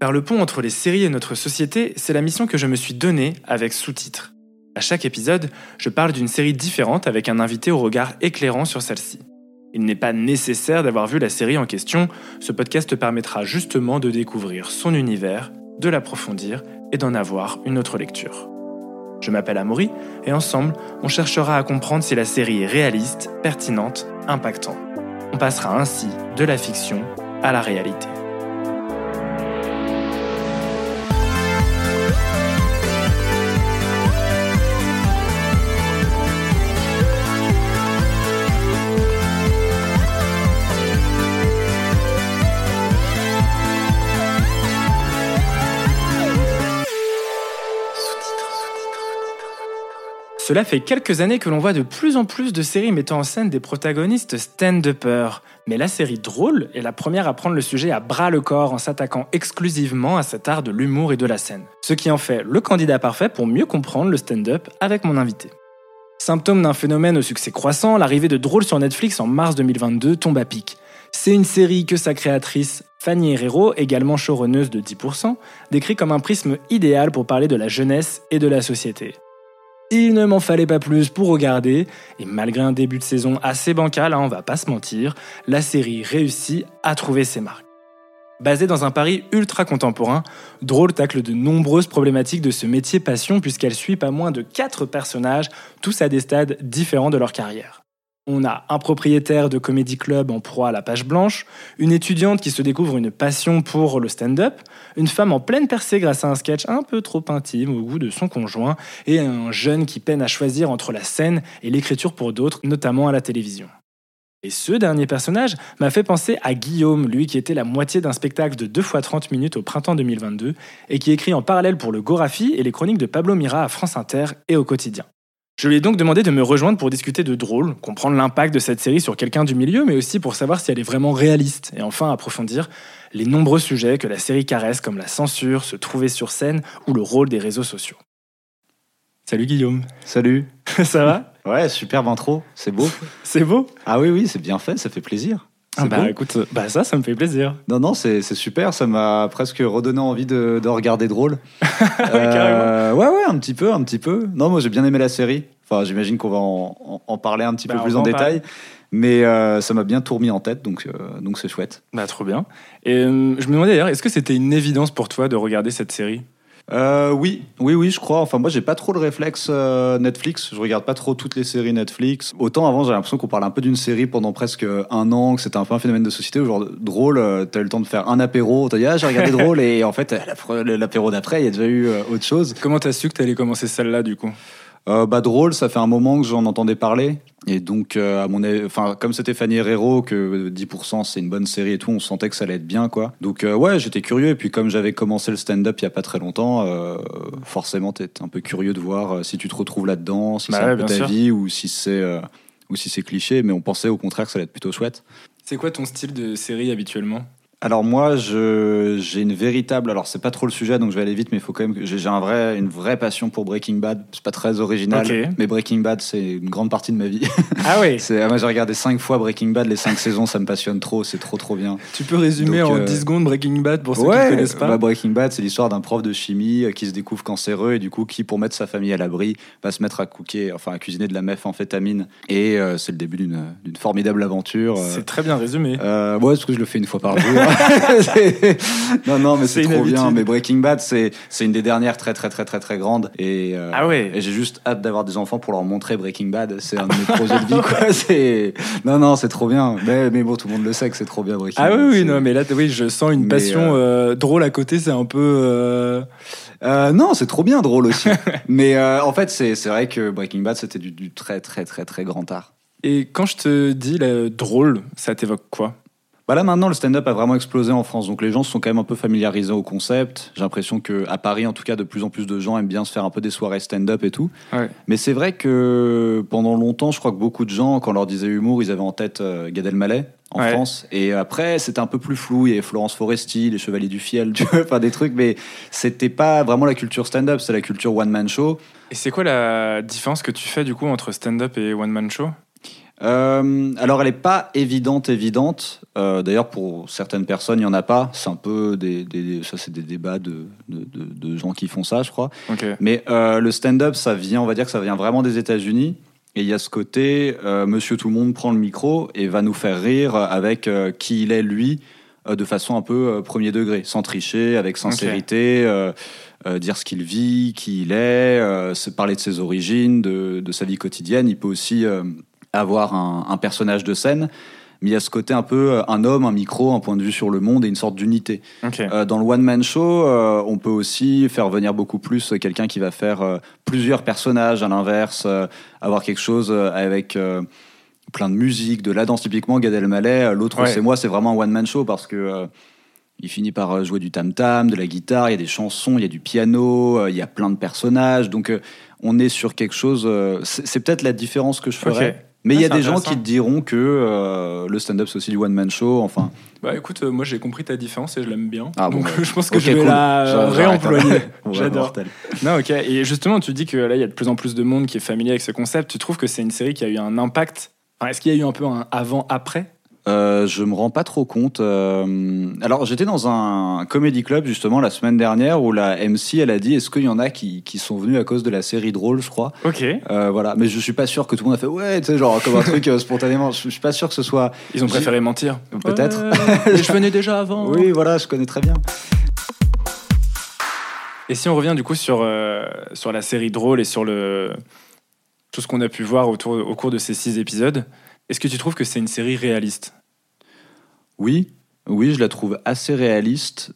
Faire le pont entre les séries et notre société, c'est la mission que je me suis donnée avec sous-titres. À chaque épisode, je parle d'une série différente avec un invité au regard éclairant sur celle-ci. Il n'est pas nécessaire d'avoir vu la série en question, ce podcast te permettra justement de découvrir son univers, de l'approfondir et d'en avoir une autre lecture. Je m'appelle Amaury et ensemble, on cherchera à comprendre si la série est réaliste, pertinente, impactante. On passera ainsi de la fiction à la réalité. Cela fait quelques années que l'on voit de plus en plus de séries mettant en scène des protagonistes stand-uppers. Mais la série Drôle est la première à prendre le sujet à bras-le-corps en s'attaquant exclusivement à cet art de l'humour et de la scène. Ce qui en fait le candidat parfait pour mieux comprendre le stand-up avec mon invité. Symptôme d'un phénomène au succès croissant, l'arrivée de Drôle sur Netflix en mars 2022 tombe à pic. C'est une série que sa créatrice, Fanny Herrero, également showrunneuse de 10%, décrit comme un prisme idéal pour parler de la jeunesse et de la société. Il ne m'en fallait pas plus pour regarder, et malgré un début de saison assez bancal, on va pas se mentir, la série réussit à trouver ses marques. Basée dans un Paris ultra contemporain, Drôle tacle de nombreuses problématiques de ce métier passion puisqu'elle suit pas moins de 4 personnages, tous à des stades différents de leur carrière. On a un propriétaire de comédie club en proie à la page blanche, une étudiante qui se découvre une passion pour le stand-up, une femme en pleine percée grâce à un sketch un peu trop intime au goût de son conjoint, et un jeune qui peine à choisir entre la scène et l'écriture pour d'autres, notamment à la télévision. Et ce dernier personnage m'a fait penser à Guillaume, lui qui était la moitié d'un spectacle de 2 fois 30 minutes au printemps 2022, et qui écrit en parallèle pour le Gorafi et les chroniques de Pablo Mira à France Inter et au quotidien. Je lui ai donc demandé de me rejoindre pour discuter de Drôle, comprendre l'impact de cette série sur quelqu'un du milieu, mais aussi pour savoir si elle est vraiment réaliste, et enfin approfondir les nombreux sujets que la série caresse, comme la censure, se trouver sur scène ou le rôle des réseaux sociaux. Salut Guillaume. Salut. Ça va ? Ouais, superbe intro, c'est beau. C'est beau ? Ah oui, c'est bien fait, ça fait plaisir. Ah bah beau. Écoute, ça me fait plaisir. Non, c'est super, ça m'a presque redonné envie de regarder Drôle. Carrément. Ouais, un petit peu. Non, moi j'ai bien aimé la série. Enfin, j'imagine qu'on va en parler un petit peu plus en détail. Mais ça m'a bien tout remis en tête, donc c'est chouette. Bah trop bien. Et je me demandais d'ailleurs, est-ce que c'était une évidence pour toi de regarder cette série ? Oui, je crois. Enfin, moi, j'ai pas trop le réflexe Netflix. Je regarde pas trop toutes les séries Netflix. Autant avant, j'avais l'impression qu'on parlait un peu d'une série pendant presque un an, que c'était un peu un phénomène de société. Genre Drôle, t'as eu le temps de faire un apéro. T'as dit j'ai regardé Drôle et en fait l'apéro d'après, il y a déjà eu autre chose. Comment t'as su que t'allais commencer celle-là du coup ? Drôle, ça fait un moment que j'en entendais parler. Et donc, comme c'était Fanny Herrero, que 10% c'est une bonne série et tout, on sentait que ça allait être bien, quoi. Donc, j'étais curieux. Et puis, comme j'avais commencé le stand-up il y a pas très longtemps, forcément, t'es un peu curieux de voir si tu te retrouves là-dedans, si c'est un peu ta vie ou si c'est cliché. Mais on pensait au contraire que ça allait être plutôt chouette. C'est quoi ton style de série habituellement ? Alors moi, j'ai une véritable... Alors c'est pas trop le sujet, donc je vais aller vite, mais il faut quand même que j'ai une vraie passion pour Breaking Bad. C'est pas très original, mais Breaking Bad, c'est une grande partie de ma vie. Ah oui. Moi, j'ai regardé 5 fois Breaking Bad, les 5 saisons, ça me passionne trop, c'est trop bien. Tu peux résumer en 10 secondes Breaking Bad pour ceux qui ne connaissent pas ? Breaking Bad, c'est l'histoire d'un prof de chimie qui se découvre cancéreux et du coup, qui, pour mettre sa famille à l'abri, va se mettre à cuisiner de la methamphétamine. Et c'est le début d'une formidable aventure. C'est très bien résumé. Parce que je le fais une fois par jour. Non, mais c'est trop bien. Mais Breaking Bad, c'est une des dernières très grandes. Et et j'ai juste hâte d'avoir des enfants pour leur montrer Breaking Bad. C'est un de mes projets de vie, quoi. Non, c'est trop bien. Mais bon, tout le monde le sait que c'est trop bien Breaking Bad. Oui, non, mais là, je sens une passion drôle à côté. C'est un peu. Non, c'est trop bien Drôle aussi. Mais en fait, c'est vrai que Breaking Bad, c'était du très grand art. Et quand je te dis drôle, ça t'évoque quoi ? Là maintenant le stand-up a vraiment explosé en France, donc les gens se sont quand même un peu familiarisés au concept. J'ai l'impression qu'à Paris en tout cas de plus en plus de gens aiment bien se faire un peu des soirées stand-up et tout. Ouais. Mais c'est vrai que pendant longtemps je crois que beaucoup de gens quand on leur disait humour ils avaient en tête Gad Elmaleh en France, et après c'était un peu plus flou, il y avait Florence Foresti, les Chevaliers du Fiel, enfin des trucs, mais c'était pas vraiment la culture stand-up, c'est la culture one-man show. Et c'est quoi la différence que tu fais du coup entre stand-up et one-man show ? Alors, elle n'est pas évidente. D'ailleurs, pour certaines personnes, il n'y en a pas. C'est un peu ça, c'est des débats de gens qui font ça, je crois. Okay. Mais le stand-up, on va dire que ça vient vraiment des États-Unis. Et il y a ce côté, Monsieur Tout le Monde prend le micro et va nous faire rire avec qui il est, lui, de façon un peu premier degré, sans tricher, avec sincérité, dire ce qu'il vit, qui il est, parler de ses origines, de sa vie quotidienne. Il peut aussi avoir un personnage de scène, mais il y a ce côté un peu un homme, un micro, un point de vue sur le monde et une sorte d'unité. Dans le one-man show, on peut aussi faire venir beaucoup plus quelqu'un qui va faire plusieurs personnages à l'inverse, avoir quelque chose avec plein de musique, de la danse, typiquement Gad Elmaleh. L'autre, c'est moi, c'est vraiment un one-man show parce que il finit par jouer du tam-tam, de la guitare, il y a des chansons, il y a du piano, il y a plein de personnages. Donc on est sur quelque chose... c'est peut-être la différence que je ferais. Mais il y a des gens qui te diront que le stand-up, c'est aussi du one-man show. Enfin, bah écoute, moi j'ai compris ta différence et je l'aime bien. Donc je pense que je vais la réemployer. J'adore. Non, ok. Et justement, tu dis que là, il y a de plus en plus de monde qui est familier avec ce concept. Tu trouves que c'est une série qui a eu un impact? Est-ce qu'il y a eu un peu un avant-après? Je me rends pas trop compte. Alors, j'étais dans un comedy club justement la semaine dernière où la MC elle a dit est-ce qu'il y en a qui sont venus à cause de la série Drôle, je crois. Ok. Voilà, mais je suis pas sûr que tout le monde a fait ouais, tu sais, genre comme un truc spontanément. Je suis pas sûr que ce soit. Ils ont préféré mentir. Peut-être. Mais je venais déjà avant. Oui, voilà, je connais très bien. Et si on revient du coup sur la série Drôle et sur tout ce qu'on a pu voir au cours de ces 6 épisodes. Est-ce que tu trouves que c'est une série réaliste? Oui, je la trouve assez réaliste.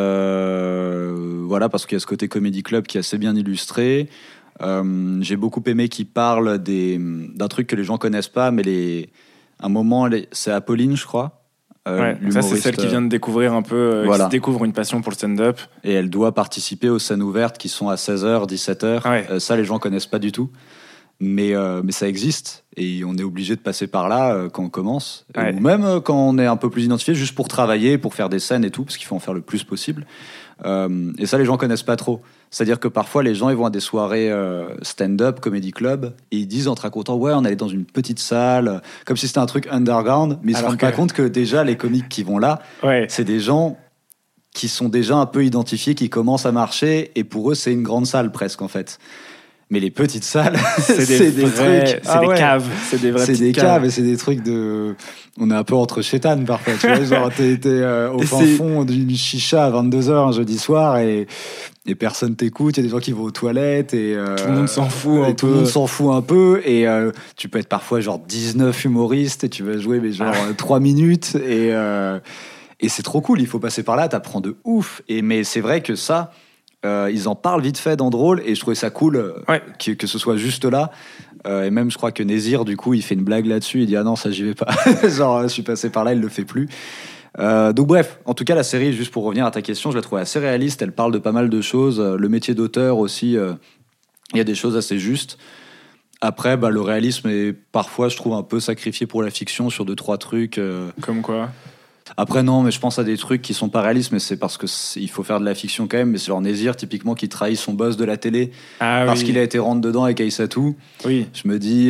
Voilà, parce qu'il y a ce côté Comedy Club qui est assez bien illustré. J'ai beaucoup aimé qu'il parle d'un truc que les gens connaissent pas, mais un moment, c'est Apolline, je crois. Ça c'est celle qui vient de découvrir un peu, voilà. qui découvre une passion pour le stand-up. Et elle doit participer aux scènes ouvertes qui sont à 16h, 17h. Ouais. Ça, les gens connaissent pas du tout. Mais ça existe et on est obligé de passer par là quand on commence. Ouais. Ou même quand on est un peu plus identifié, juste pour travailler, pour faire des scènes et tout, parce qu'il faut en faire le plus possible. Et ça, les gens connaissent pas trop. C'est-à-dire que parfois, les gens ils vont à des soirées stand-up, comedy club, et ils disent en te racontant ouais, on allait dans une petite salle, comme si c'était un truc underground, mais ils se rendent pas compte que déjà, les comiques qui vont là, c'est des gens qui sont déjà un peu identifiés, qui commencent à marcher, et pour eux, c'est une grande salle presque, en fait. Mais les petites salles, c'est des trucs. C'est des caves. C'est des vraies petites caves. Et c'est des trucs de. On est un peu entre chétanes parfois. Tu vois, genre, t'es au fin fond d'une chicha à 22h un jeudi soir et personne t'écoute. Il y a des gens qui vont aux toilettes et. Tout le monde s'en fout un peu. Tout le monde s'en fout un peu. Et tu peux être parfois genre 19 humoristes et tu vas jouer, mais genre 3 minutes. Et c'est trop cool. Il faut passer par là. T'apprends de ouf. Mais c'est vrai que ça. Ils en parlent vite fait dans Drôle et je trouvais ça cool que ce soit juste là. Et même, je crois que Nézir, du coup, il fait une blague là-dessus. Il dit ah non, ça j'y vais pas. Genre, je suis passé par là, il le fait plus. Donc bref, en tout cas, la série, juste pour revenir à ta question, je la trouve assez réaliste. Elle parle de pas mal de choses. Le métier d'auteur aussi, il y a des choses assez justes. Après, le réalisme est parfois, je trouve, un peu sacrifié pour la fiction sur 2-3 trucs. Comme quoi? Après, non, mais je pense à des trucs qui sont pas réalistes, mais c'est parce qu'il faut faire de la fiction quand même. Mais c'est genre Nézir, typiquement, qui trahit son boss de la télé parce qu'il a été rentre dedans avec Aïssatou. Oui. Je me dis,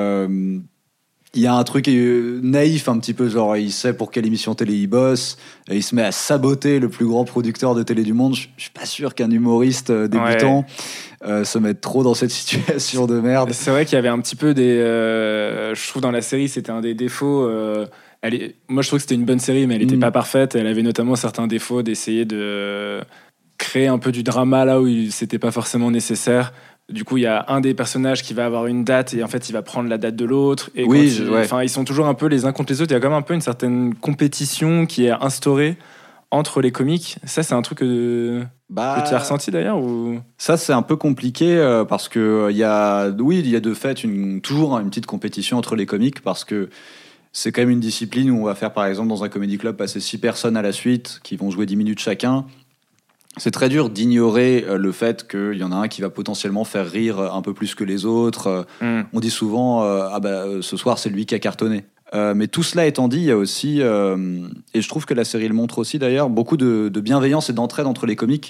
il y a un truc naïf un petit peu, genre il sait pour quelle émission télé il bosse, et il se met à saboter le plus grand producteur de télé du monde. Je suis pas sûr qu'un humoriste débutant se mette trop dans cette situation de merde. C'est vrai qu'il y avait un petit peu je trouve dans la série, c'était un des défauts. Moi, je trouve que c'était une bonne série, mais elle n'était pas parfaite. Elle avait notamment certains défauts d'essayer de créer un peu du drama là où c'était pas forcément nécessaire. Du coup, il y a un des personnages qui va avoir une date et en fait, il va prendre la date de l'autre. Et ils sont toujours un peu les uns contre les autres. Il y a quand même un peu une certaine compétition qui est instaurée entre les comiques. Ça, c'est un truc que tu as ressenti d'ailleurs ou... Ça, c'est un peu compliqué parce que il y a de fait toujours une petite compétition entre les comiques parce que c'est quand même une discipline où on va faire, par exemple, dans un comedy club, passer 6 personnes à la suite qui vont jouer 10 minutes chacun. C'est très dur d'ignorer le fait qu'il y en a un qui va potentiellement faire rire un peu plus que les autres. On dit souvent ce soir, c'est lui qui a cartonné. Mais tout cela étant dit, il y a aussi, et je trouve que la série le montre aussi d'ailleurs, beaucoup de bienveillance et d'entraide entre les comiques.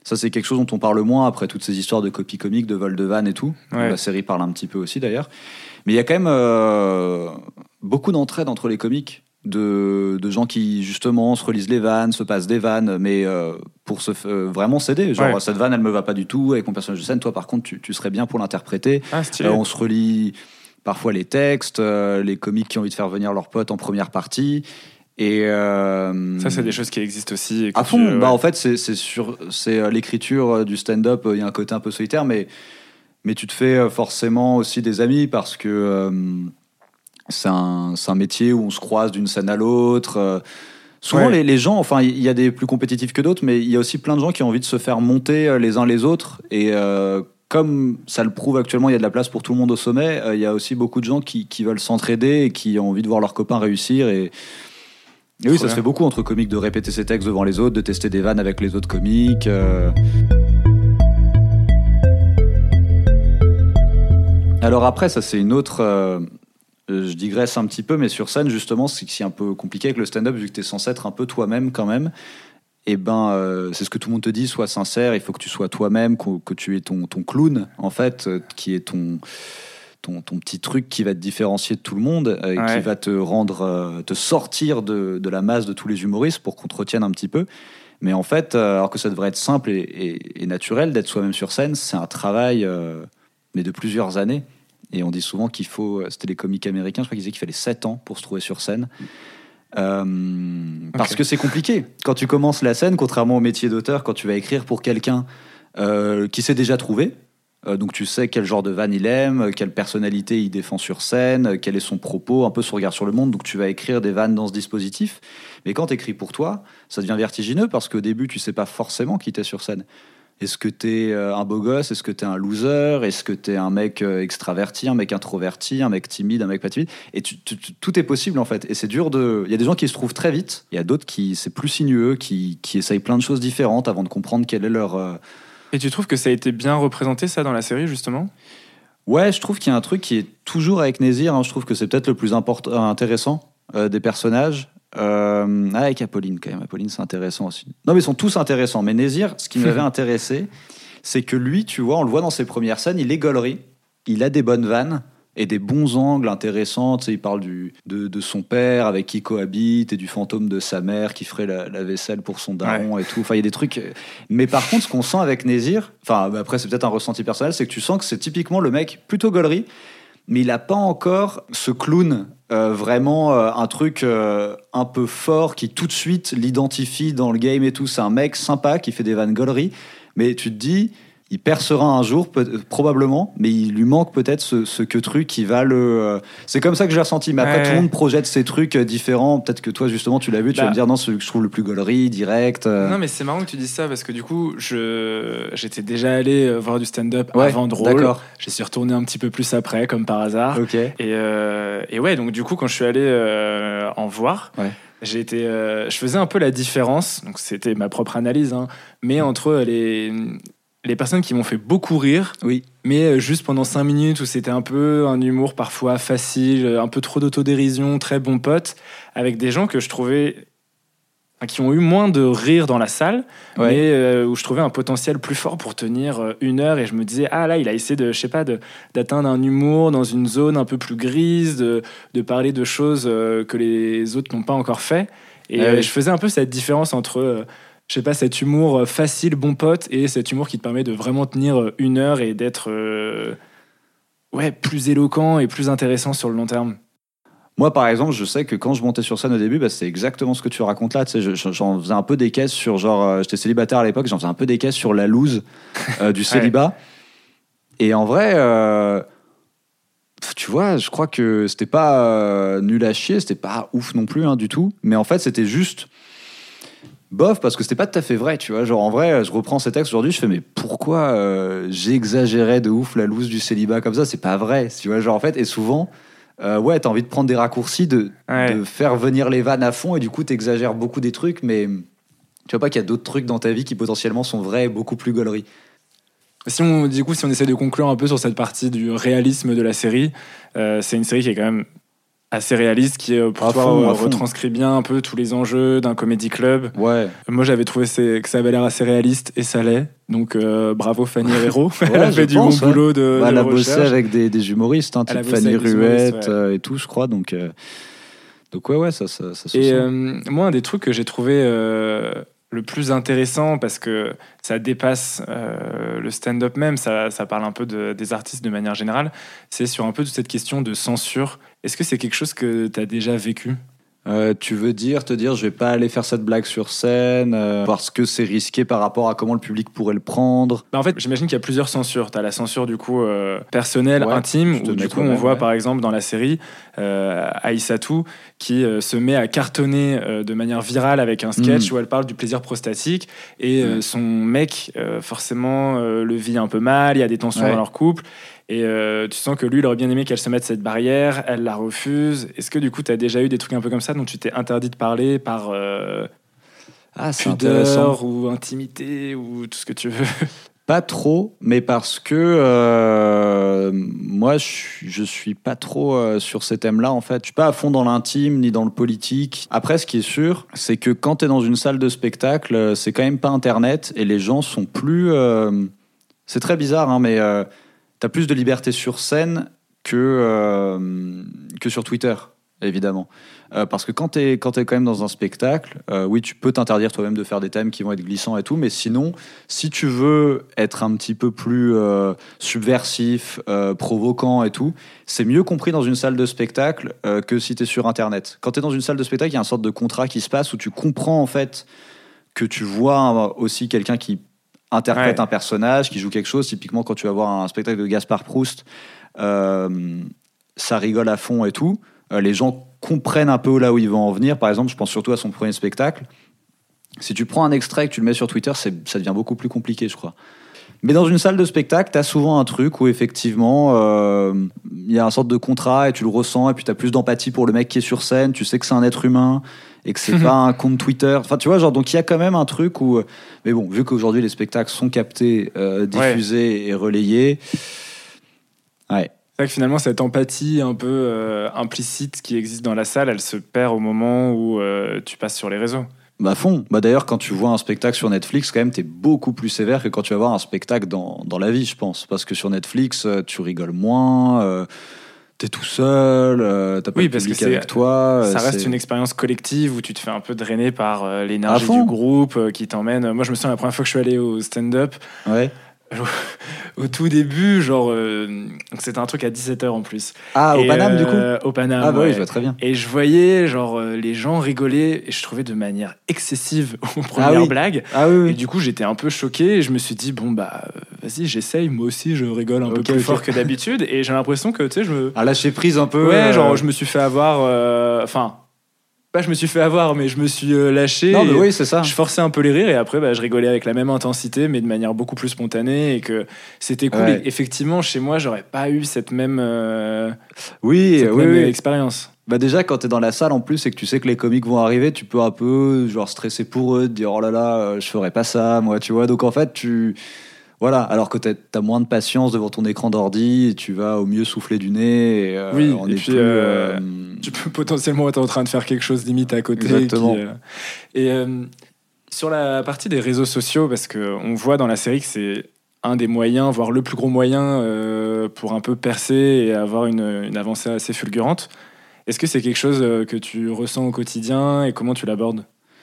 Ça, c'est quelque chose dont on parle moins après toutes ces histoires de copie comique, de vol de vannes et tout. Ouais. La série parle un petit peu aussi d'ailleurs. Mais il y a quand même beaucoup d'entraide entre les comiques, de gens qui justement se relisent les vannes, se passent des vannes, mais pour vraiment s'aider. Genre, cette vanne, elle me va pas du tout avec mon personnage de scène. Toi, par contre, tu serais bien pour l'interpréter. Stylé. On se relit parfois les textes, les comiques qui ont envie de faire venir leurs potes en première partie. Et ça, c'est des choses qui existent aussi. À fond. En fait, c'est l'écriture du stand-up. Il y a un côté un peu solitaire, mais tu te fais forcément aussi des amis parce que c'est un métier où on se croise d'une scène à l'autre. Souvent, les gens, enfin, il y a des plus compétitifs que d'autres, mais il y a aussi plein de gens qui ont envie de se faire monter les uns les autres. Et comme ça le prouve actuellement, il y a de la place pour tout le monde au sommet, il y a aussi beaucoup de gens qui veulent s'entraider et qui ont envie de voir leurs copains réussir. Et oui, ça se fait beaucoup entre comiques de répéter ses textes devant les autres, de tester des vannes avec les autres comiques. Alors après, ça c'est une autre... je digresse un petit peu, mais sur scène, justement, c'est un peu compliqué avec le stand-up, vu que tu es censé être un peu toi-même quand même. Et c'est ce que tout le monde te dit, sois sincère, il faut que tu sois toi-même, que tu aies ton clown, en fait, qui est ton petit truc qui va te différencier de tout le monde, qui va te rendre, te sortir de la masse de tous les humoristes pour qu'on te retienne un petit peu. Mais en fait, alors que ça devrait être simple et naturel d'être soi-même sur scène, c'est un travail, mais de plusieurs années. Et on dit souvent qu'il faut, c'était les comiques américains, je crois qu'ils disaient qu'il fallait 7 ans pour se trouver sur scène. Parce que c'est compliqué. Quand tu commences la scène, contrairement au métier d'auteur, quand tu vas écrire pour quelqu'un qui s'est déjà trouvé, donc tu sais quel genre de vanne il aime, quelle personnalité il défend sur scène, quel est son propos, un peu son regard sur le monde, donc tu vas écrire des vannes dans ce dispositif. Mais quand tu écris pour toi, ça devient vertigineux parce qu'au début, tu sais pas forcément qui t'es sur scène. Est-ce que t'es un beau gosse? Est-ce que t'es un loser? Est-ce que t'es un mec extraverti, un mec introverti, un mec timide, un mec pas timide? Et tout est possible en fait. Et c'est dur Il y a des gens qui se trouvent très vite. Il y a d'autres qui c'est plus sinueux, qui essayent plein de choses différentes avant de comprendre quel est leur. Et tu trouves que ça a été bien représenté ça dans la série justement? Ouais, je trouve qu'il y a un truc qui est toujours avec Nézir. Hein, je trouve que c'est peut-être le plus intéressant des personnages. Avec Apolline quand même. Apolline c'est intéressant aussi. Non mais ils sont tous intéressants. Mais Nézir, ce qui m'avait intéressé, c'est que lui, tu vois, on le voit dans ses premières scènes, il est gaulerie, il a des bonnes vannes et des bons angles intéressants. Tu sais, il parle de son père avec qui il cohabite et du fantôme de sa mère qui ferait la vaisselle pour son daron et tout. Enfin, il y a des trucs. Mais par contre, ce qu'on sent avec Nézir, enfin après c'est peut-être un ressenti personnel, c'est que tu sens que c'est typiquement le mec plutôt gaulerie, mais il n'a pas encore ce clown, vraiment un truc un peu fort qui tout de suite l'identifie dans le game et tout. C'est un mec sympa qui fait des vannes gauleries, mais tu te dis, il percera un jour, probablement, mais il lui manque peut-être ce que truc qui va le... C'est comme ça que je l'ai ressenti, mais après tout le monde projette ces trucs différents. Peut-être que toi justement tu l'as vu, tu vas me dire non, celui que je trouve le plus gaulerie, direct. Non mais c'est marrant que tu dises ça parce que du coup j'étais déjà allé voir du stand-up avant Drôle. D'accord. Je suis retourné un petit peu plus après comme par hasard. Okay. Et ouais, donc du coup quand je suis allé en voir, je faisais un peu la différence, donc c'était ma propre analyse, hein, mais entre les personnes qui m'ont fait beaucoup rire, mais juste pendant 5 minutes où c'était un peu un humour parfois facile, un peu trop d'autodérision, très bon pote, avec des gens que je trouvais qui ont eu moins de rire dans la salle, mais où je trouvais un potentiel plus fort pour tenir 1 heure, et je me disais ah là il a essayé d'atteindre un humour dans une zone un peu plus grise, de parler de choses que les autres n'ont pas encore fait, et je faisais un peu cette différence entre cet humour facile, bon pote, et cet humour qui te permet de vraiment tenir 1 heure et d'être plus éloquent et plus intéressant sur le long terme. Moi, par exemple, je sais que quand je montais sur scène au début, c'est exactement ce que tu racontes là. Tu sais, j'en faisais un peu des caisses sur j'étais célibataire à l'époque, j'en faisais un peu des caisses sur la loose du célibat. Et en vrai, tu vois, je crois que c'était pas nul à chier, c'était pas ouf non plus du tout. Mais en fait, c'était juste bof parce que c'était pas tout à fait vrai, tu vois. Genre en vrai, je reprends ces textes aujourd'hui, je fais mais pourquoi j'exagérais de ouf la loose du célibat comme ça, c'est pas vrai, tu vois. Genre en fait, et souvent. T'as envie de prendre des raccourcis, de faire venir les vannes à fond, et du coup t'exagères beaucoup des trucs, mais tu vois pas qu'il y a d'autres trucs dans ta vie qui potentiellement sont vrais et beaucoup plus gauleries. Si on essaie de conclure un peu sur cette partie du réalisme de la série, c'est une série qui est quand même assez réaliste, qui pour À toi fond. retranscrit bien un peu tous les enjeux d'un comédie club. Ouais. Moi, j'avais trouvé que ça avait l'air assez réaliste, et ça l'est. Donc, bravo Fanny Herrero. Elle Ouais, a fait je du pense, bon boulot de elle a recherche. bossé avec des humoristes, Elle a type bossé Fanny avec des humoristes, Ruette et tout, je crois. Donc ouais, ça se Et sent. moi, un des trucs que j'ai trouvé le plus intéressant, parce que ça dépasse le stand-up même, ça parle un peu des artistes de manière générale, c'est sur un peu toute cette question de censure. Est-ce que c'est quelque chose que tu as déjà vécu ? Tu veux te dire, je vais pas aller faire cette blague sur scène parce que c'est risqué par rapport à comment le public pourrait le prendre. En fait, j'imagine qu'il y a plusieurs censures. Tu as la censure du coup personnelle, Ouais, intime, tu te où du mets coup on toi-même, voit ouais. par exemple dans la série Aïssatou qui se met à cartonner de manière virale avec un sketch où elle parle du plaisir prostatique, et son mec forcément le vit un peu mal, il y a des tensions dans leur couple. Et tu sens que lui, il aurait bien aimé qu'elle se mette cette barrière, elle la refuse. Est-ce que du coup, tu as déjà eu des trucs un peu comme ça dont tu t'es interdit de parler par C'est intéressant. pudeur ou intimité ou tout ce que tu veux? Pas trop, mais parce que moi, je suis pas trop sur ces thèmes-là, en fait. Je suis pas à fond dans l'intime ni dans le politique. Après, ce qui est sûr, c'est que quand tu es dans une salle de spectacle, c'est quand même pas Internet, et les gens sont plus... c'est très bizarre, hein, mais tu as plus de liberté sur scène que sur Twitter, évidemment. Parce que quand tu es quand même dans un spectacle, oui, tu peux t'interdire toi-même de faire des thèmes qui vont être glissants et tout, mais sinon, si tu veux être un petit peu plus subversif, provoquant et tout, c'est mieux compris dans une salle de spectacle que si tu es sur Internet. Quand tu es dans une salle de spectacle, il y a une sorte de contrat qui se passe où tu comprends en fait que tu vois aussi quelqu'un qui interprète un personnage, qui joue quelque chose. Typiquement, quand tu vas voir un spectacle de Gaspard Proust, ça rigole à fond et tout. Les gens comprennent un peu là où ils vont en venir. Par exemple, je pense surtout à son premier spectacle. Si tu prends un extrait et que tu le mets sur Twitter, ça devient beaucoup plus compliqué, je crois. Mais dans une salle de spectacle, tu as souvent un truc où effectivement, il y a une sorte de contrat et tu le ressens, et puis tu as plus d'empathie pour le mec qui est sur scène. Tu sais que c'est un être humain et que c'est pas un compte Twitter. Enfin, tu vois, genre, donc il y a quand même un truc où... Mais bon, vu qu'aujourd'hui les spectacles sont captés, diffusés et relayés... Ouais. C'est vrai que finalement, cette empathie un peu implicite qui existe dans la salle, elle se perd au moment où tu passes sur les réseaux. Bah fond. Bah d'ailleurs, quand tu vois un spectacle sur Netflix, quand même, t'es beaucoup plus sévère que quand tu vas voir un spectacle dans la vie, je pense. Parce que sur Netflix, tu rigoles moins, t'es tout seul, t'as pas de public avec toi. Ça reste une expérience collective où tu te fais un peu drainer par l'énergie À fond. du groupe qui t'emmène. Moi, je me souviens la première fois que je suis allé au stand-up, Ouais. au tout début, genre, c'était un truc à 17h en plus. Ah, au Paname, du coup Au Paname, Ah bah ouais. oui, je vois très bien. Et je voyais, genre, les gens rigoler, et je trouvais de manière excessive aux premières blagues. Ah oui, oui. Et du coup, j'étais un peu choqué, et je me suis dit, bon, bah, vas-y, j'essaye, moi aussi, je rigole un peu plus fort que d'habitude, et j'ai l'impression que, tu sais, Ah, lâcher prise un peu. Ouais, genre, je me suis fait avoir, enfin... Pas je me suis fait avoir, mais je me suis lâché. Non, mais oui, c'est ça. Je forçais un peu les rires, et après, bah, je rigolais avec la même intensité, mais de manière beaucoup plus spontanée, et que c'était cool. Ouais. Et effectivement, chez moi, j'aurais pas eu cette même, Oui. expérience. Bah déjà, quand t'es dans la salle en plus et que tu sais que les comiques vont arriver, tu peux un peu genre stresser pour eux, te dire oh là là, je ferais pas ça, moi, tu vois. Donc en fait, voilà, alors que t'as moins de patience devant ton écran d'ordi, et tu vas au mieux souffler du nez. Et, Oui, on et est puis plus, tu peux potentiellement être en train de faire quelque chose limite à côté. Exactement. Et sur la partie des réseaux sociaux, parce qu'on voit dans la série que c'est un des moyens, voire le plus gros moyen pour un peu percer et avoir une avancée assez fulgurante. Est-ce que c'est quelque chose que tu ressens au quotidien, et comment tu l'abordes ?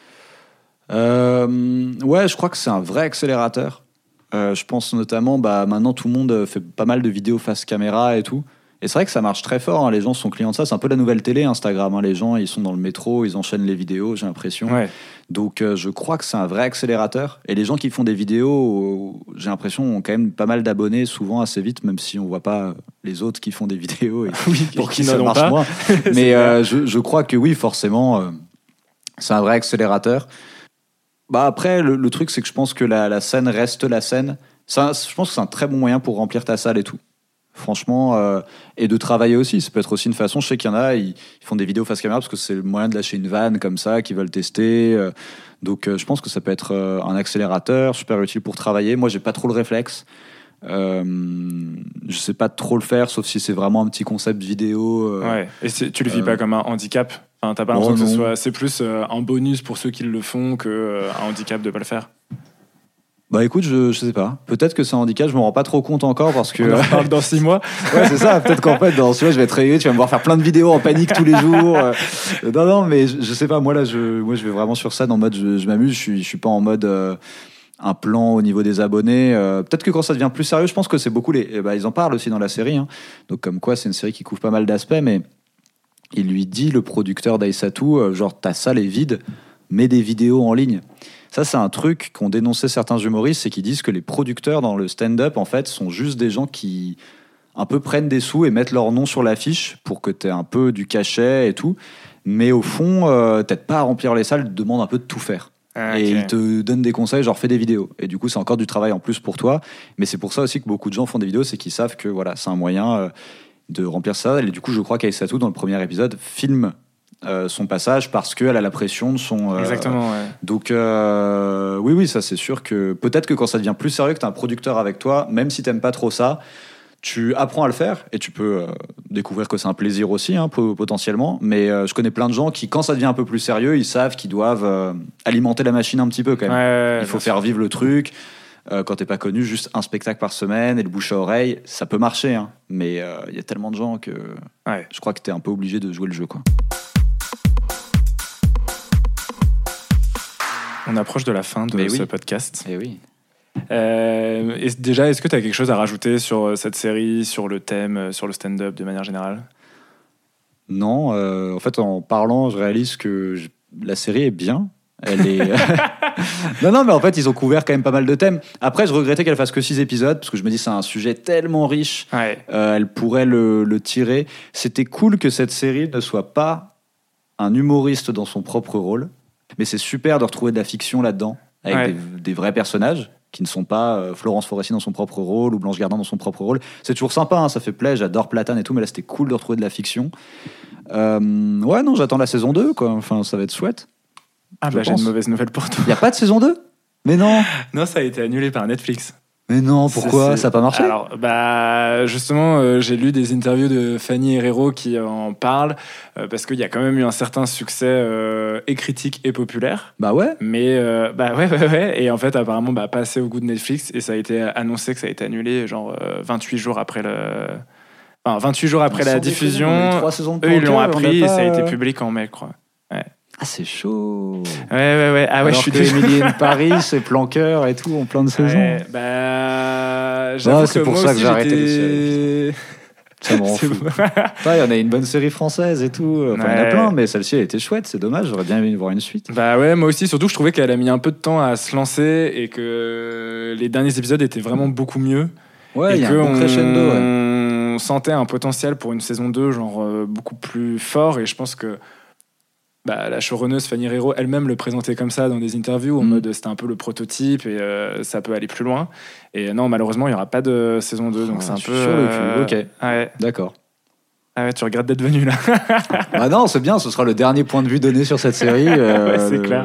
Ouais, je crois que c'est un vrai accélérateur. Je pense notamment, maintenant tout le monde fait pas mal de vidéos face caméra et tout. Et c'est vrai que ça marche très fort, hein. Les gens sont clients de ça. C'est un peu la nouvelle télé, Instagram, hein. Les gens, ils sont dans le métro, ils enchaînent les vidéos, j'ai l'impression. Ouais. Donc je crois que c'est un vrai accélérateur. Et les gens qui font des vidéos, j'ai l'impression, ont quand même pas mal d'abonnés, souvent assez vite, même si on voit pas les autres qui font des vidéos et pour qui ça marche moins. Mais je crois que oui, forcément, c'est un vrai accélérateur. Après, le truc, c'est que je pense que la scène reste la scène. Je pense que c'est un très bon moyen pour remplir ta salle et tout. Franchement, et de travailler aussi. Ça peut être aussi une façon. Je sais qu'il y en a, ils font des vidéos face caméra parce que c'est le moyen de lâcher une vanne comme ça, qu'ils veulent tester. Donc, je pense que ça peut être un accélérateur super utile pour travailler. Moi, j'ai pas trop le réflexe. Je sais pas trop le faire, sauf si c'est vraiment un petit concept vidéo. Ouais. Et tu le vis pas comme un handicap? Enfin, t'as pas l'impression que ce soit... C'est plus un bonus pour ceux qui le font qu'un handicap de pas le faire? Bah écoute, je sais pas. Peut-être que c'est un handicap, je m'en rends pas trop compte encore parce que... On en parle dans 6 mois. Ouais, c'est ça. Peut-être qu'en fait, dans 6 mois, je vais être réveillé, tu vas me voir faire plein de vidéos en panique tous les jours. Non, mais je sais pas. Moi, là, je vais vraiment sur ça, en mode je m'amuse. Je suis pas en mode un plan au niveau des abonnés. Peut-être que quand ça devient plus sérieux, je pense que c'est beaucoup ils en parlent aussi dans la série. Hein. Donc, comme quoi, c'est une série qui couvre pas mal d'aspects, mais il lui dit, le producteur d'Aïssatou, genre, ta salle est vide, mets des vidéos en ligne. Ça, c'est un truc qu'ont dénoncé certains humoristes, c'est qu'ils disent que les producteurs dans le stand-up, en fait, sont juste des gens qui un peu prennent des sous et mettent leur nom sur l'affiche pour que tu aies un peu du cachet et tout. Mais au fond, t'aides pas à remplir les salles, ils te demandent un peu de tout faire. Et ils te donnent des conseils, genre fais des vidéos. Et du coup, c'est encore du travail en plus pour toi. Mais c'est pour ça aussi que beaucoup de gens font des vidéos, c'est qu'ils savent que voilà, c'est un moyen de remplir ça. Et du coup, je crois qu'Aïssatou, dans le premier épisode, filme son passage parce qu'elle a la pression de son... Exactement, ouais. Donc, oui, ça c'est sûr que peut-être que quand ça devient plus sérieux, que tu as un producteur avec toi, même si t'aimes pas trop ça, tu apprends à le faire et tu peux découvrir que c'est un plaisir aussi, hein, potentiellement. Mais je connais plein de gens qui, quand ça devient un peu plus sérieux, ils savent qu'ils doivent alimenter la machine un petit peu quand même. Ouais, il faut faire vivre le truc. Quand t'es pas connu, juste un spectacle par semaine et le bouche à oreille, ça peut marcher. Hein. Mais il y a tellement de gens que je crois que t'es un peu obligé de jouer le jeu, quoi. On approche de la fin de ce podcast. Et oui. Et déjà, est-ce que tu as quelque chose à rajouter sur cette série, sur le thème, sur le stand-up de manière générale? Non, en fait, en parlant, je réalise que la série est bien. Elle est... non, mais en fait, ils ont couvert quand même pas mal de thèmes. Après, je regrettais qu'elle fasse que 6 épisodes, parce que je me dis c'est un sujet tellement riche, elle pourrait le tirer. C'était cool que cette série ne soit pas un humoriste dans son propre rôle, mais c'est super de retrouver de la fiction là-dedans, avec des vrais personnages, qui ne sont pas Florence Foresti dans son propre rôle, ou Blanche Gardin dans son propre rôle. C'est toujours sympa, hein, ça fait plaisir, j'adore Platane et tout, mais là, c'était cool de retrouver de la fiction. Non, j'attends la saison 2, quoi. Enfin, ça va être chouette. Ah bah j'ai une mauvaise nouvelle pour toi. Il n'y a pas de saison 2 ? Mais non. Non, ça a été annulé par Netflix. Mais non, pourquoi ? Ça n'a pas marché ? Alors, bah, justement, j'ai lu des interviews de Fanny Herrero qui en parlent, parce qu'il y a quand même eu un certain succès et critique et populaire. Bah ouais. Mais, ouais. Et en fait, apparemment, pas assez au goût de Netflix. Et ça a été annoncé que ça a été annulé, genre 28 jours après Enfin, 28 jours après la diffusion. Eux, ils l'ont appris et ça a été public en mai, je crois. Ouais. Ah, c'est chaud. Ouais. Ah ouais, alors je suis Emily in Paris, c'est Planqueur et tout en plein de saison. Ouais, j'avoue c'est que pour moi ça aussi, que j'ai arrêté les séries. Ça me rend fou. Il y en a une bonne série française et tout. Enfin, il y en a plein, mais celle-ci, elle était chouette. C'est dommage, j'aurais bien aimé voir une suite. Bah ouais, moi aussi. Surtout que je trouvais qu'elle a mis un peu de temps à se lancer et que les derniers épisodes étaient vraiment beaucoup mieux. Ouais, il y a un bon crescendo. On sentait un potentiel pour une saison 2, genre beaucoup plus fort. Et je pense que la showrunneuse Fanny Herrero elle-même le présentait comme ça dans des interviews, en mode c'était un peu le prototype et ça peut aller plus loin. Et non, malheureusement, il n'y aura pas de saison 2, donc c'est un peu... sur le cul, ok. Ouais. D'accord. Ah ouais, tu regrettes d'être venu là. Bah non, c'est bien, ce sera le dernier point de vue donné sur cette série. Ouais, c'est clair.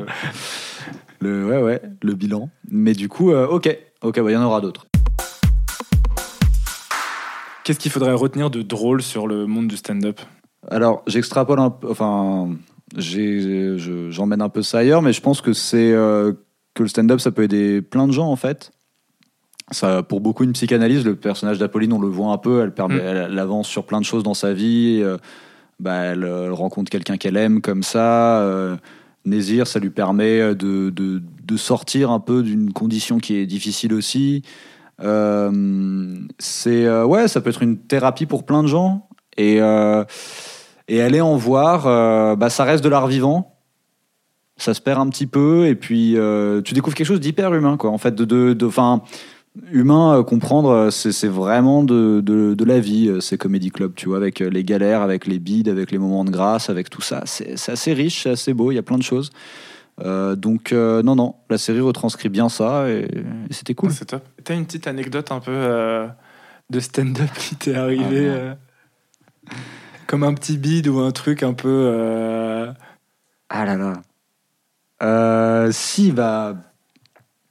Le bilan. Mais du coup, ok, il y en aura d'autres. Qu'est-ce qu'il faudrait retenir de drôle sur le monde du stand-up ? Alors, j'extrapole un peu, enfin... j'emmène un peu ça ailleurs, mais je pense que c'est que le stand-up, ça peut aider plein de gens, en fait. Ça, pour beaucoup, une psychanalyse. Le personnage d'Apolline, on le voit un peu, elle avance sur plein de choses dans sa vie. Elle rencontre quelqu'un qu'elle aime comme ça. Nésir, ça lui permet de sortir un peu d'une condition qui est difficile aussi. Ça peut être une thérapie pour plein de gens. Et aller en voir, ça reste de l'art vivant. Ça se perd un petit peu, et puis tu découvres quelque chose d'hyper humain, quoi. En fait, humain, comprendre, c'est vraiment de la vie, ces Comedy Club, tu vois, avec les galères, avec les bides, avec les moments de grâce, avec tout ça. C'est assez riche, c'est assez beau, il y a plein de choses. Donc, non, la série retranscrit bien ça, et c'était cool. C'est top. T'as une petite anecdote un peu de stand-up qui t'est arrivée comme un petit bide ou un truc un peu... Ah là là. Si,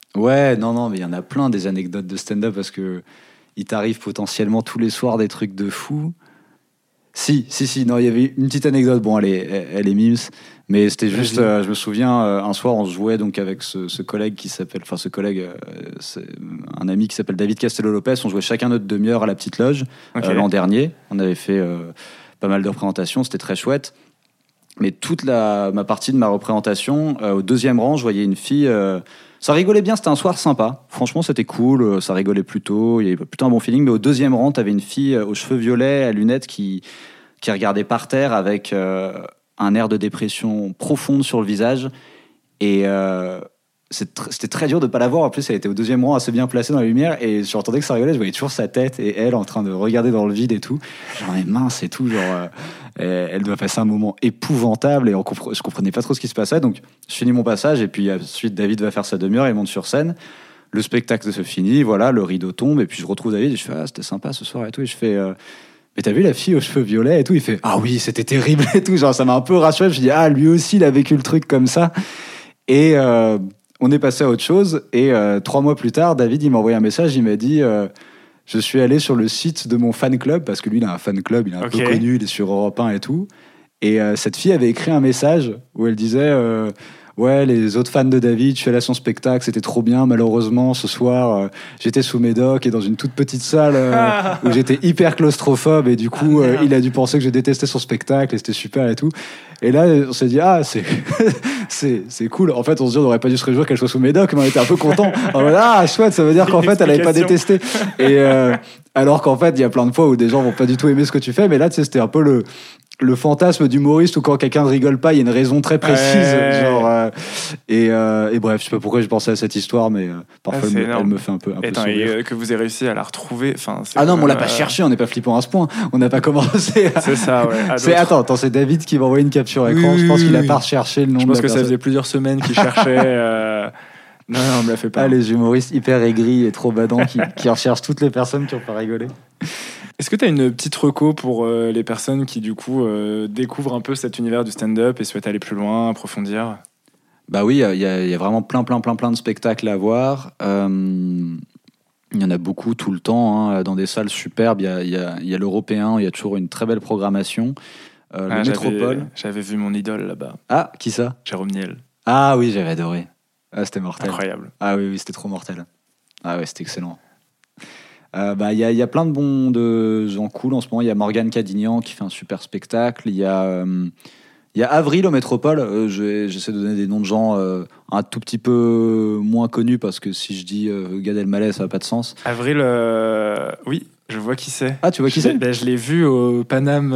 Ouais, non, mais il y en a plein des anecdotes de stand-up parce que il t'arrive potentiellement tous les soirs des trucs de fou. Si, non, il y avait une petite anecdote, bon, elle est mimes, mais c'était juste, je me souviens, un soir, on se jouait donc avec ce collègue qui s'appelle, enfin, c'est un ami qui s'appelle David Castello-Lopez, on jouait chacun notre demi-heure à la petite loge, l'an dernier, on avait fait pas mal de représentations, c'était très chouette, mais toute ma partie de ma représentation, au deuxième rang, je voyais une fille, ça rigolait bien, c'était un soir sympa. Franchement, c'était cool, ça rigolait plutôt, il y avait plutôt un bon feeling. Mais au deuxième rang, t'avais une fille aux cheveux violets, à lunettes, qui regardait par terre avec un air de dépression profonde sur le visage. Et c'était très dur de pas la voir. En plus, elle était au deuxième rang, assez bien placée dans la lumière. Et j'entendais que ça rigolait, je voyais toujours sa tête et elle en train de regarder dans le vide et tout. Genre, mais mince et tout, genre... elle doit passer un moment épouvantable et je comprenais pas trop ce qui se passait, donc je finis mon passage et puis ensuite David va faire sa demi-heure, il monte sur scène, le spectacle se finit, voilà, le rideau tombe et puis je retrouve David et je fais c'était sympa ce soir et tout, et je fais mais t'as vu la fille aux cheveux violets et tout, il fait ah oui c'était terrible et tout, genre ça m'a un peu rassuré, je me dis lui aussi il a vécu le truc comme ça, et on est passé à autre chose, et 3 mois plus tard David il m'a envoyé un message, il m'a dit je suis allé sur le site de mon fan club, parce que lui, il a un fan club, il est un peu connu, il est sur Europe 1 et tout. Et cette fille avait écrit un message où elle disait ouais, les autres fans de David, je suis allé à son spectacle, c'était trop bien. Malheureusement, ce soir, j'étais sous médoc et dans une toute petite salle où j'étais hyper claustrophobe. Et du coup, il a dû penser que je détestais son spectacle et c'était super et tout. Et là, on s'est dit, c'est cool. En fait, on se dit, on n'aurait pas dû se réjouir qu'elle soit sous médoc, mais on était un peu contents. Chouette, ça veut dire qu'en fait, elle n'avait pas détesté. Et alors qu'en fait, il y a plein de fois où des gens vont pas du tout aimer ce que tu fais. Mais là, tu sais, c'était un peu le fantasme d'humoriste où quand quelqu'un ne rigole pas, il y a une raison très précise. Genre, et bref, je sais pas pourquoi j'ai pensé à cette histoire, mais parfois elle me fait un peu sourire. Et que vous ayez réussi à la retrouver. Non, mais on l'a pas cherché, on n'est pas flippant à ce point. On n'a pas commencé. C'est ça, ouais. Attends, c'est David qui m'a envoyé une capture écran. Oui, je pense qu'il a pas recherché le nom. Je pense que ça faisait plusieurs semaines qu'il cherchait. Non, on me l'a fait pas. Les humoristes hyper aigris et trop badants qui recherchent toutes les personnes qui ont pas rigolé. Est-ce que tu as une petite reco pour les personnes qui, du coup, découvrent un peu cet univers du stand-up et souhaitent aller plus loin, approfondir ? Bah oui, il y a vraiment plein de spectacles à voir. Il y en a beaucoup tout le temps, dans des salles superbes. Il y a l'Européen, il y a toujours une très belle programmation. Le Métropole. J'avais vu mon idole là-bas. Ah, qui ça ? Jérôme Niel. Ah oui, j'avais adoré. Ah, c'était mortel. Incroyable. Ah oui, c'était trop mortel. Ah ouais, c'était excellent. Il y a plein de gens cool en ce moment. Il y a Morgane Cadignan qui fait un super spectacle. Il y a Avril au Métropole. J'essaie de donner des noms de gens un tout petit peu moins connus parce que si je dis Gad Elmaleh, ça n'a pas de sens. Avril, oui, je vois qui c'est. Ah, tu vois qui c'est ? Je l'ai vu au Paname.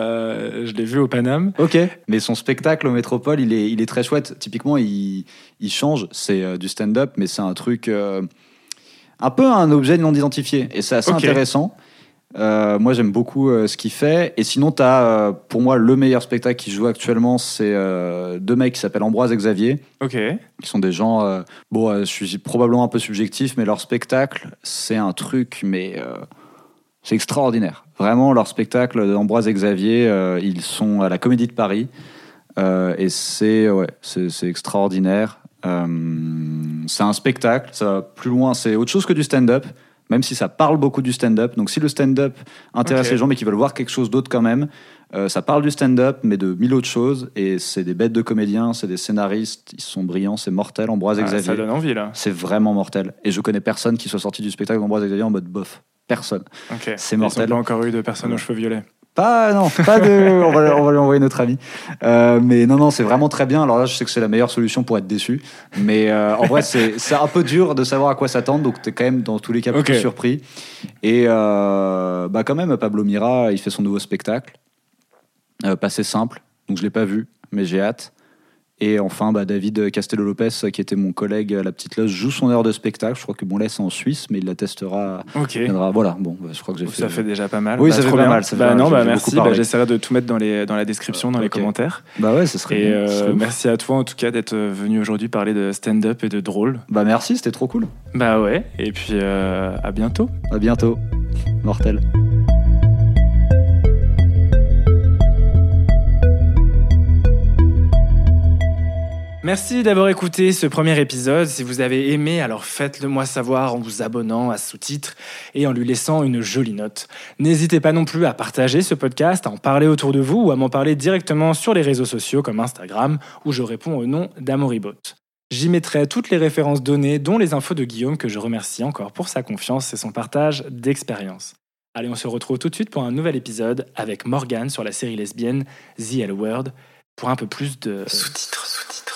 Ok. Mais son spectacle au Métropole, il est très chouette. Typiquement, il change. C'est du stand-up, mais c'est un truc... un peu un objet non identifié, et c'est assez intéressant. Moi, j'aime beaucoup ce qu'il fait. Et sinon, t'as pour moi le meilleur spectacle qui joue actuellement, c'est 2 mecs qui s'appellent Ambroise et Xavier, qui sont des gens. Je suis probablement un peu subjectif, mais leur spectacle, c'est un truc, mais c'est extraordinaire. Vraiment, leur spectacle d'Ambroise et Xavier, ils sont à la Comédie de Paris, et c'est extraordinaire. C'est un spectacle, ça va plus loin, c'est autre chose que du stand-up, même si ça parle beaucoup du stand-up. Donc si le stand-up intéresse les gens mais qui veulent voir quelque chose d'autre quand même, ça parle du stand-up mais de 1000 autres choses, et c'est des bêtes de comédiens, c'est des scénaristes, ils sont brillants, c'est mortel. Ambroise et Xavier, ça donne envie là. C'est vraiment mortel, et je connais personne qui soit sorti du spectacle d'Ambroise et Xavier en mode bof. Personne. C'est mortel. Ils n'ont pas encore eu de personnes aux cheveux violets. Pas de. On va lui envoyer notre ami. Mais non, c'est vraiment très bien. Alors là, je sais que c'est la meilleure solution pour être déçu. Mais en vrai, c'est un peu dur de savoir à quoi s'attendre. Donc, t'es quand même dans tous les cas plus surpris. Et quand même, Pablo Mira, il fait son nouveau spectacle. Passé simple. Donc, je l'ai pas vu, mais j'ai hâte. Et enfin, David Castello-Lopez, qui était mon collègue à la petite loge, joue son heure de spectacle. Je crois que là, c'est en Suisse, mais il la testera. Voilà, je crois que j'ai fait. Ça fait déjà pas mal. Oui, ça fait pas mal. Merci. J'essaierai de tout mettre dans la description, dans les commentaires. Ouais, ça serait bien. Et merci à toi, en tout cas, d'être venu aujourd'hui parler de stand-up et de drôle. Merci, c'était trop cool. Ouais, et puis à bientôt. À bientôt. Mortel. Merci d'avoir écouté ce premier épisode. Si vous avez aimé, alors faites-le moi savoir en vous abonnant à Sous-titres et en lui laissant une jolie note. N'hésitez pas non plus à partager ce podcast, à en parler autour de vous ou à m'en parler directement sur les réseaux sociaux comme Instagram où je réponds au nom d'Amoribot. J'y mettrai toutes les références données, dont les infos de Guillaume que je remercie encore pour sa confiance et son partage d'expérience. Allez, on se retrouve tout de suite pour un nouvel épisode avec Morgane sur la série lesbienne The L Word pour un peu plus de... Sous-titres.